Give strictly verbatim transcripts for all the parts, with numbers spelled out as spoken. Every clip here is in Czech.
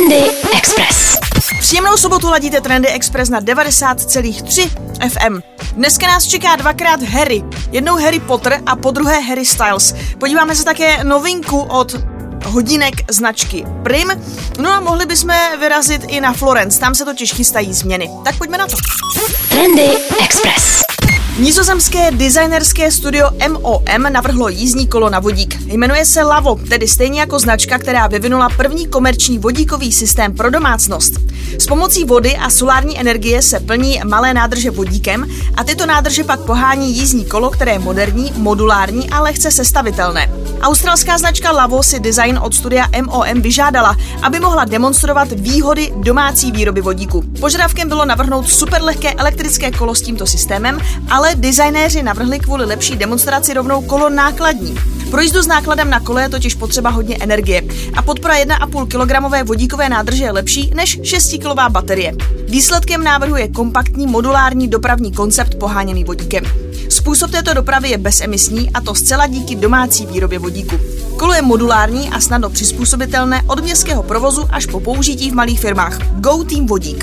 Trendy Express. Příjemnou sobotu ladíte Trendy Express na devadesát celá tři F M. Dneska nás čeká dvakrát Harry. Jednou Harry Potter a po druhé Harry Styles. Podíváme se také novinku od hodinek značky Prim. No a mohli bychom vyrazit i na Florence, tam se totiž chystají změny. Tak pojďme na to. Trendy Express. Nizozemské designerské studio M O M navrhlo jízdní kolo na vodík. Jmenuje se Lavo, tedy stejně jako značka, která vyvinula první komerční vodíkový systém pro domácnost. S pomocí vody a solární energie se plní malé nádrže vodíkem a tyto nádrže pak pohání jízdní kolo, které je moderní, modulární a lehce sestavitelné. Australská značka Lavo si design od studia M O M vyžádala, aby mohla demonstrovat výhody domácí výroby vodíku. Požadavkem bylo navrhnout superlehké elektrické kolo s tímto systémem, ale designéři navrhli kvůli lepší demonstraci rovnou kolo nákladní. Pro jízdu s nákladem na kole je totiž potřeba hodně energie a podpora jedna a půl kilogramové vodíkové nádrže je lepší než šestikilová baterie. Výsledkem návrhu je kompaktní modulární dopravní koncept poháněný vodíkem. Způsob této dopravy je bezemisní a to zcela díky domácí výrobě vodíku. Kolo je modulární a snadno přizpůsobitelné od městského provozu až po použití v malých firmách. Go Team Vodík.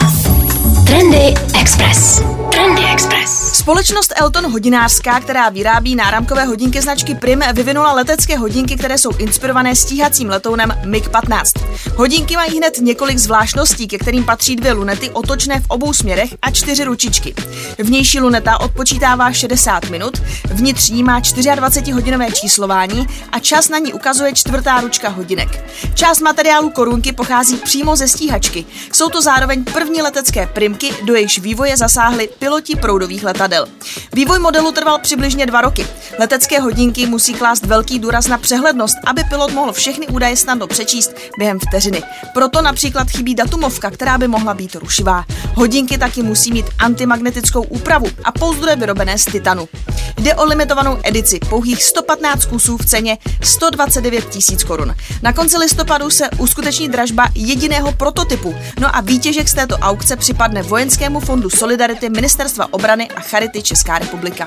Trendy Express. Trendy Express. Společnost Elton hodinářská, která vyrábí náramkové hodinky značky Prim, vyvinula letecké hodinky, které jsou inspirované stíhacím letounem M I G patnáct. Hodinky mají hned několik zvláštností, ke kterým patří dvě lunety otočné v obou směrech a čtyři ručičky. Vnější luneta odpočítává šedesát minut, vnitřní má dvacetičtyřhodinové číslování a čas na ní ukazuje čtvrtá ručka hodinek. Část materiálu korunky pochází přímo ze stíhačky. Jsou to zároveň první letecké primky, do jejichž vývoje zasáhli piloti proudových letadel. Vývoj modelu trval přibližně dva roky. Letecké hodinky musí klást velký důraz na přehlednost, aby pilot mohl všechny údaje snadno přečíst během vteřiny. Proto například chybí datumovka, která by mohla být rušivá. Hodinky taky musí mít antimagnetickou úpravu a pouzdroje vyrobené z titanu. Jde o limitovanou edici, pouhých sto patnáct kusů v ceně sto dvacet devět tisíc korun. Na konci listopadu se uskuteční dražba jediného prototypu, no a výtěžek z této aukce připadne Vojenskému fondu Solidarity Ministerstva obrany a Charity Česká republika.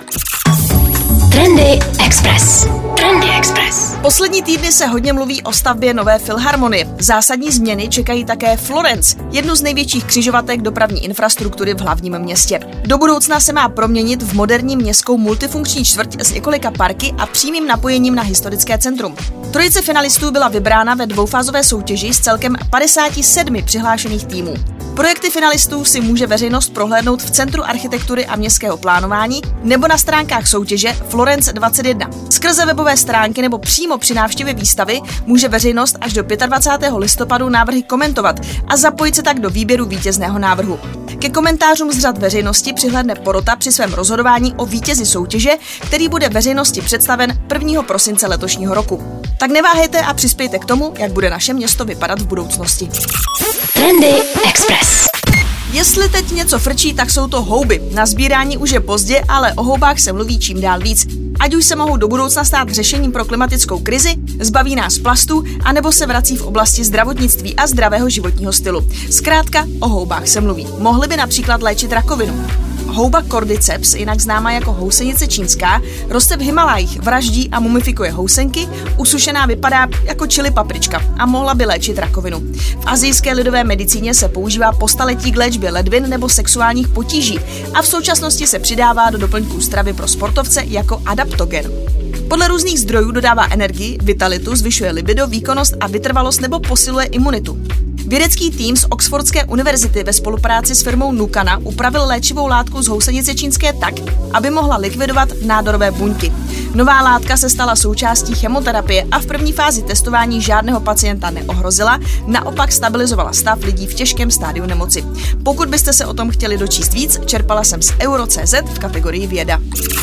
Trendy Express. Trendy Express. Poslední týdny se hodně mluví o stavbě nové filharmonie. Zásadní změny čekají také Florence, jednu z největších křižovatek dopravní infrastruktury v hlavním městě. Do budoucna se má proměnit v moderní městskou multifunkční čtvrť s několika parky a přímým napojením na historické centrum. Trojice finalistů byla vybrána ve dvoufázové soutěži s celkem padesáti sedmi přihlášených týmů. Projekty finalistů si může veřejnost prohlédnout v Centru architektury a městského plánování nebo na stránkách soutěže Florence dvacet jedna. Skrze webové stránky nebo přímo při návštěvě výstavy může veřejnost až do dvacátého pátého listopadu návrhy komentovat a zapojit se tak do výběru vítězného návrhu. Ke komentářům z řad veřejnosti přihlédne porota při svém rozhodování o vítězi soutěže, který bude veřejnosti představen prvního prosince letošního roku. Tak neváhejte a přispějte k tomu, jak bude naše město vypadat v budoucnosti. Trendy Express. Jestli teď něco frčí, tak jsou to houby. Na sbírání už je pozdě, ale o houbách se mluví čím dál víc. Ať už se mohou do budoucna stát řešením pro klimatickou krizi, zbaví nás plastu, anebo se vrací v oblasti zdravotnictví a zdravého životního stylu. Zkrátka o houbách se mluví. Mohly by například léčit rakovinu. Houba Cordyceps, jinak známá jako housenice čínská, roste v Himalajích, vraždí a mumifikuje housenky, usušená vypadá jako chili paprička a mohla by léčit rakovinu. V asijské lidové medicíně se používá po staletí k léčbě ledvin nebo sexuálních potíží a v současnosti se přidává do doplňků stravy pro sportovce jako adaptogen. Podle různých zdrojů dodává energii, vitalitu, zvyšuje libido, výkonnost a vytrvalost nebo posiluje imunitu. Vědecký tým z Oxfordské univerzity ve spolupráci s firmou Nucana upravil léčivou látku z housenice čínské tak, aby mohla likvidovat nádorové buňky. Nová látka se stala součástí chemoterapie a v první fázi testování žádného pacienta neohrozila, naopak stabilizovala stav lidí v těžkém stádiu nemoci. Pokud byste se o tom chtěli dočíst víc, čerpala jsem z euro tečka cé zet v kategorii věda.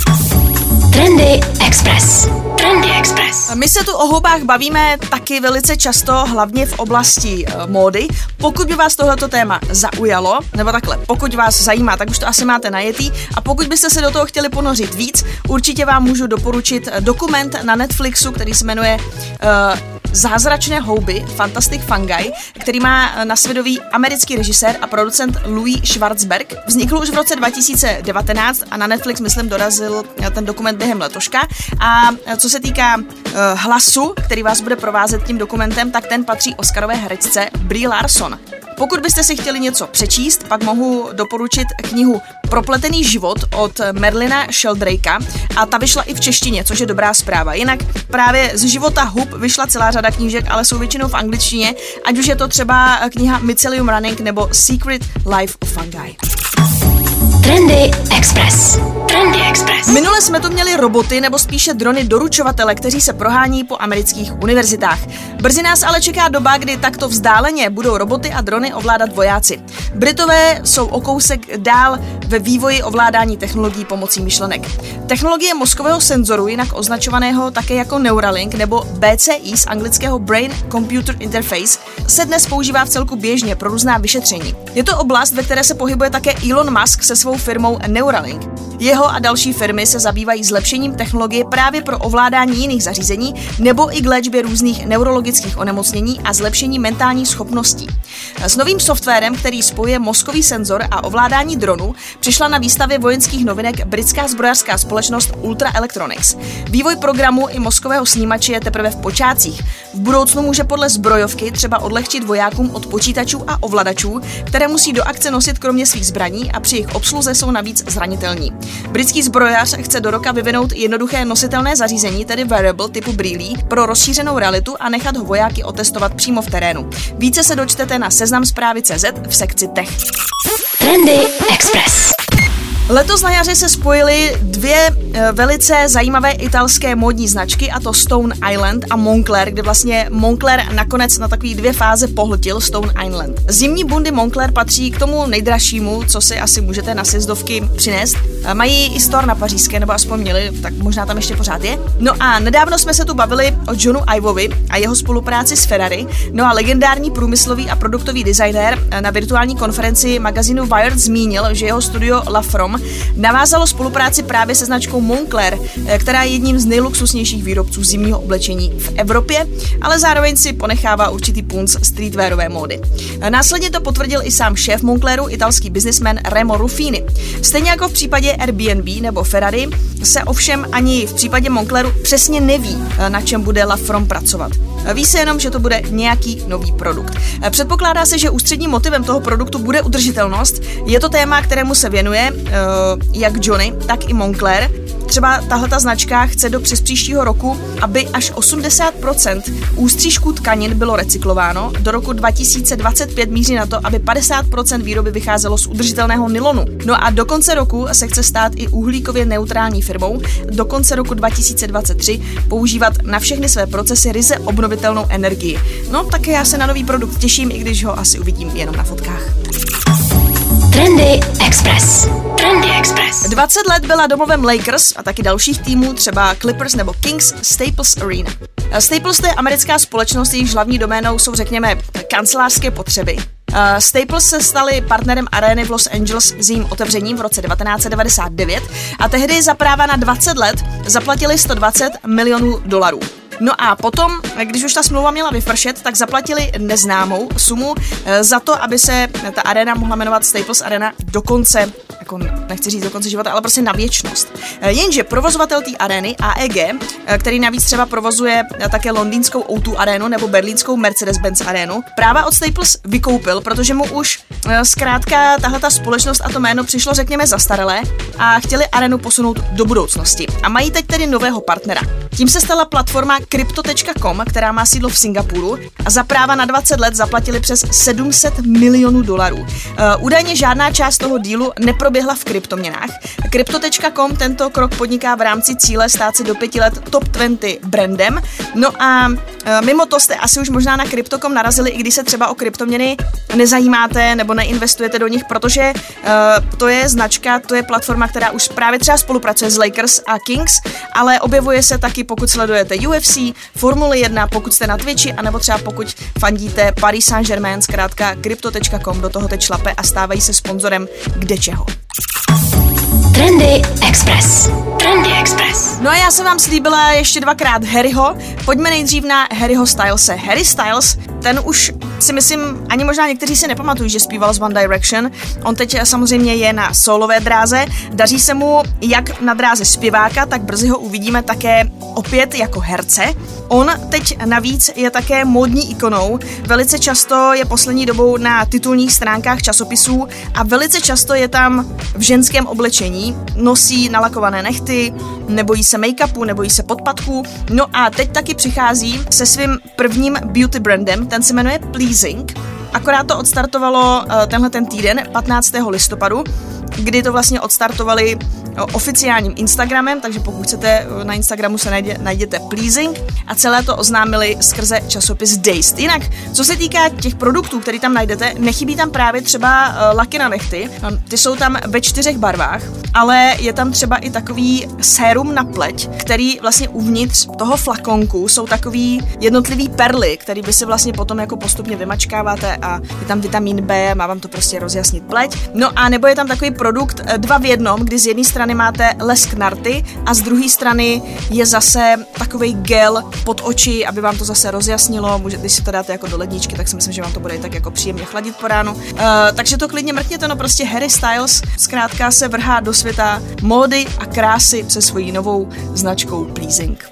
Trendy Express. Trendy Express. My se tu o houbách bavíme taky velice často, hlavně v oblasti e, módy. Pokud by vás tohleto téma zaujalo, nebo takhle, pokud vás zajímá, tak už to asi máte najetý. A pokud byste se do toho chtěli ponořit víc, určitě vám můžu doporučit dokument na Netflixu, který se jmenuje e, zázračné houby Fantastic Fungi, který má na svědomí americký režisér a producent Louis Schwartzberg. Vznikl už v roce dva tisíce devatenáct a na Netflix, myslím, dorazil ten dokument během letoška. A co se týká uh, hlasu, který vás bude provázet tím dokumentem, tak ten patří Oscarové herečce Brie Larson. Pokud byste si chtěli něco přečíst, pak mohu doporučit knihu Propletený život od Merlina Sheldrakea a ta vyšla i v češtině, což je dobrá zpráva. Jinak právě z života hub vyšla celá řada knížek, ale jsou většinou v angličtině, ať už je to třeba kniha Mycelium Running nebo Secret Life of Fungi. Trendy Express. Trendy Express. Minule jsme tu měli roboty, nebo spíše drony doručovatele, kteří se prohání po amerických univerzitách. Brzy nás ale čeká doba, kdy takto vzdáleně budou roboty a drony ovládat vojáci. Britové jsou o kousek dál ve vývoji ovládání technologií pomocí myšlenek. Technologie mozkového senzoru, jinak označovaného také jako Neuralink nebo B C I z anglického Brain Computer Interface, se dnes používá v celku běžně pro různá vyšetření. Je to oblast, ve které se pohybuje také Elon Musk se svou firmou Neuralink. Jeho a další firmy se zabývají zlepšením technologie právě pro ovládání jiných zařízení nebo i k léčbě různých neurologických onemocnění a zlepšení mentálních schopností. S novým softwarem, který spojuje mozkový senzor a ovládání dronu, přišla na výstavě vojenských novinek britská zbrojařská společnost Ultra Electronics. Vývoj programu i mozkového snímače je teprve v počátcích. V budoucnu může podle zbrojovky třeba odlehčit vojákům od počítačů a ovladačů, které musí do akce nosit kromě svých zbraní a při jejich obsluze jsou navíc zranitelní. Britský zbrojař chce do roka vyvinout jednoduché nositelné zařízení, tedy wearable typu brýlí, pro rozšířenou realitu a nechat ho vojáky otestovat přímo v terénu. Více se dočtete na seznam zprávy tečka cé zet v sekci Tech. Trendy Express. Letos na jaře se spojily dvě e, velice zajímavé italské módní značky, a to Stone Island a Moncler, kde vlastně Moncler nakonec na takový dvě fáze pohltil Stone Island. Zimní bundy Moncler patří k tomu nejdražšímu, co si asi můžete na sjezdovky přinést. E, mají i store na Pařížské, nebo aspoň měli, tak možná tam ještě pořád je. No a nedávno jsme se tu bavili o Johnu Ivovi a jeho spolupráci s Ferrari. No a legendární průmyslový a produktový designér na virtuální konferenci magazínu Wired zmínil, že jeho studio La From navázalo spolupráci právě se značkou Moncler, která je jedním z nejluxusnějších výrobců zimního oblečení v Evropě, ale zároveň si ponechává určitý punc streetwearové módy. Následně to potvrdil i sám šéf Moncleru, italský businessman Remo Ruffini. Stejně jako v případě Airbnb nebo Ferrari se ovšem ani v případě Moncleru přesně neví, na čem bude La From pracovat. Ví se jenom, že to bude nějaký nový produkt. Předpokládá se, že ústředním motivem toho produktu bude udržitelnost. Je to téma, kterému se věnuje jak Johnny, tak i Moncler. Třeba tahleta značka chce do přespříštího roku, aby až osmdesát procent ústřížků tkanin bylo recyklováno. Do roku dva tisíce dvacet pět míří na to, aby padesát procent výroby vycházelo z udržitelného nylonu. No a do konce roku se chce stát i uhlíkově neutrální firmou. Do konce roku dva tisíce dvacet tři používat na všechny své procesy ryze obnovitelnou energii. No tak já se na nový produkt těším, i když ho asi uvidím jenom na fotkách. Trendy Express. Trendy Express. dvacet let byla domovem Lakers a taky dalších týmů, třeba Clippers nebo Kings, Staples Arena. Staples je americká společnost, jejíž hlavní doménou jsou, řekněme, kancelářské potřeby. Staples se stali partnerem arény v Los Angeles s jejím otevřením v roce devatenáct set devadesát devět a tehdy za práva na dvacet let zaplatili sto dvacet milionů dolarů. No a potom, když už ta smlouva měla vypršet, tak zaplatili neznámou sumu za to, aby se ta arena mohla jmenovat Staples Arena do konce, jako nechci říct do konce života, ale prostě na věčnost. Jenže provozovatel té arény A E G, který navíc třeba provozuje také londýnskou O dva arénu nebo berlínskou Mercedes-Benz arénu, práva od Staples vykoupil, protože mu už zkrátka tahleta společnost a to jméno přišlo, řekněme, zastaralé a chtěli arénu posunout do budoucnosti. A mají teď tedy nového partnera. Tím se stala platforma Crypto tečka com, která má sídlo v Singapuru a za práva na dvacet let zaplatili přes sedm set milionů dolarů. Uh, údajně žádná část toho dílu neproběhla v kryptoměnách. Crypto tečka com tento krok podniká v rámci cíle stát se do pěti let top dvacet brandem. No a uh, mimo to jste asi už možná na Crypto tečka com narazili, i když se třeba o kryptoměny nezajímáte nebo neinvestujete do nich, protože uh, to je značka, to je platforma, která už právě třeba spolupracuje s Lakers a Kings, ale objevuje se taky, pokud sledujete U F C, Formule jedna, pokud jste na Twitchi, anebo třeba pokud fandíte Paris Saint-Germain, zkrátka Crypto tečka com do toho teď šlape a stávají se sponzorem kdečeho. Trendy Express. Trendy Express. No a já jsem vám slíbila ještě dvakrát Harryho. Pojďme nejdřív na Harryho Stylese. Harry Styles, ten už si myslím, ani možná někteří si nepamatují, že zpíval z One Direction. On teď samozřejmě je na solové dráze. Daří se mu jak na dráze zpěváka, tak brzy ho uvidíme také opět jako herce. On teď navíc je také módní ikonou. Velice často je poslední dobou na titulních stránkách časopisů a velice často je tam v ženském oblečení. Nosí nalakované nehty, nebojí se make-upu, nebojí se podpatků. No a teď taky přichází se svým prvním beauty brandem, ten se jmenuje Pleasing. Akorát to odstartovalo tenhle ten týden, patnáctého listopadu, kdy to vlastně odstartovali oficiálním Instagramem, takže pokud chcete, na Instagramu se najde, najděte Pleasing a celé to oznámili skrze časopis Dazed. Jinak, co se týká těch produktů, které tam najdete, nechybí tam právě třeba uh, laky na nehty, no, ty jsou tam ve čtyřech barvách, ale je tam třeba i takový sérum na pleť, který vlastně uvnitř toho flakonku jsou takový jednotlivý perly, který vy si vlastně potom jako postupně vymačkáváte a je tam vitamin B, má vám to prostě rozjasnit pleť. No a nebo je tam takový produkt dva v jednom, kdy z jedné strany máte lesk na rty a z druhé strany je zase takovej gel pod oči, aby vám to zase rozjasnilo. Můžete, když si to dáte jako do ledničky, tak si myslím, že vám to bude tak jako příjemně chladit po ránu. Uh, takže to klidně mrkněte, no prostě Harry Styles zkrátka se vrhá do světa módy a krásy se svojí novou značkou Pleasing.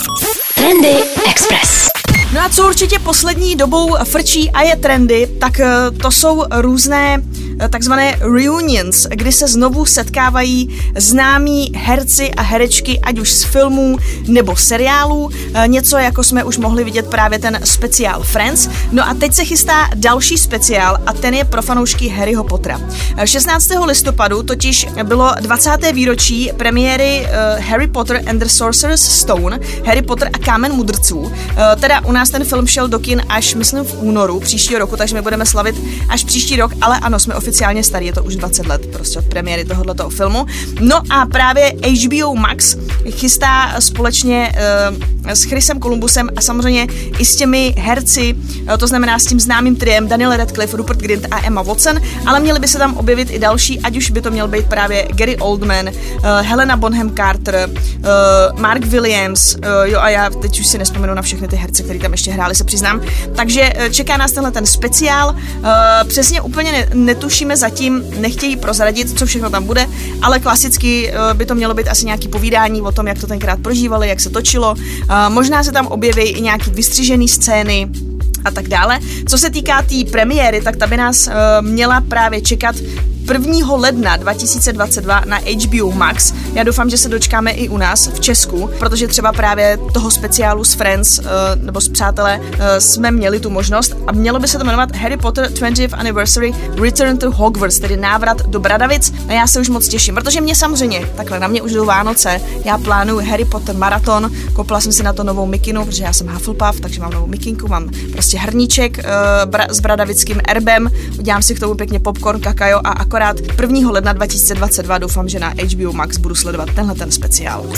Trendy Express. No a co určitě poslední dobou frčí a je trendy, tak to jsou různé takzvané reunions, kdy se znovu setkávají známí herci a herečky, ať už z filmů nebo seriálů. Něco jako jsme už mohli vidět právě ten speciál Friends. No a teď se chystá další speciál a ten je pro fanoušky Harryho Pottera. šestnáctého listopadu totiž bylo dvacáté výročí premiéry uh, Harry Potter and the Sorcerer's Stone, Harry Potter a kámen mudrců. Uh, teda u nás ten film šel do kin až, myslím, v únoru příštího roku, takže my budeme slavit až příští rok, ale ano, jsme oficiálně starý, je to už dvacet let prostě od premiéry tohoto filmu. No a právě H B O Max chystá společně uh, s Chrisem Columbusem a samozřejmě i s těmi herci, uh, to znamená s tím známým triem Daniel Radcliffe, Rupert Grint a Emma Watson, ale měli by se tam objevit i další, ať už by to měl být právě Gary Oldman, uh, Helena Bonham Carter, uh, Mark Williams, uh, jo a já teď už si nespomenu na všechny ty herce, který tam ještě hráli, se přiznám. Takže čeká nás tenhle ten speciál. Uh, přesně úplně ne, netušíme zatím, nechtějí prozradit, co všechno tam bude, ale klasicky uh, by to mělo být asi nějaký povídání o tom, jak to tenkrát prožívali, jak se točilo. Uh, možná se tam objeví i nějaký vystřižený scény a tak dále. Co se týká té tý premiéry, tak ta by nás uh, měla právě čekat prvního ledna dva tisíce dvacet dva na H B O Max. Já doufám, že se dočkáme i u nás v Česku, protože třeba právě toho speciálu s Friends uh, nebo s Přátelé uh, jsme měli tu možnost a mělo by se to jmenovat Harry Potter twentieth Anniversary Return to Hogwarts, tedy návrat do Bradavic a já se už moc těším, protože mě samozřejmě, takhle na mě už jdou Vánoce, já plánuju Harry Potter maraton, koupila jsem si na to novou mikinu, protože já jsem Hufflepuff, takže mám novou mikinku, mám prostě hrníček uh, bra- s bradavickým erbem, udělám si k tomu pěkně popcorn, kakajo a akorát prvního ledna dva tisíce dvacet dva doufám, že na H B O Max budu sledovat tenhle ten speciál.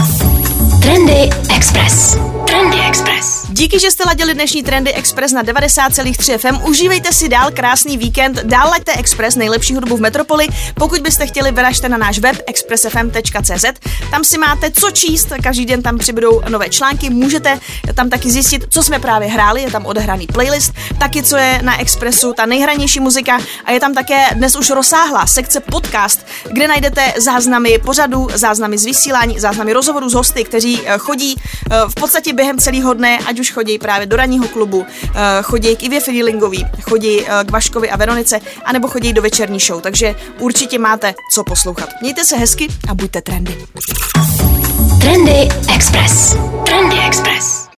Trendy Express. Trendy Express. Díky, že jste ladili dnešní Trendy Express na devadesát celá tři F M. Užívejte si dál krásný víkend. Dál laďte Express, nejlepší hudbu v metropoli. Pokud byste chtěli, vyražte na náš web express f m tečka c z. Tam si máte co číst, každý den tam přibudou nové články. Můžete tam taky zjistit, co jsme právě hráli, je tam odehraný playlist, taky co je na Expressu ta nejhranější muzika a je tam také dnes už rozsáhlá sekce podcast, kde najdete záznamy pořadu, záznamy z vysílání, záznamy rozhovorů s hosty, kteří chodí v podstatě během celého dne, ať už chodí právě do ranního klubu, chodí k Ivě Freelingový, chodí k Vaškovi a Veronice, anebo chodí do večerní show, takže určitě máte co poslouchat. Mějte se hezky a buďte trendy. Trendy Express. Trendy Express.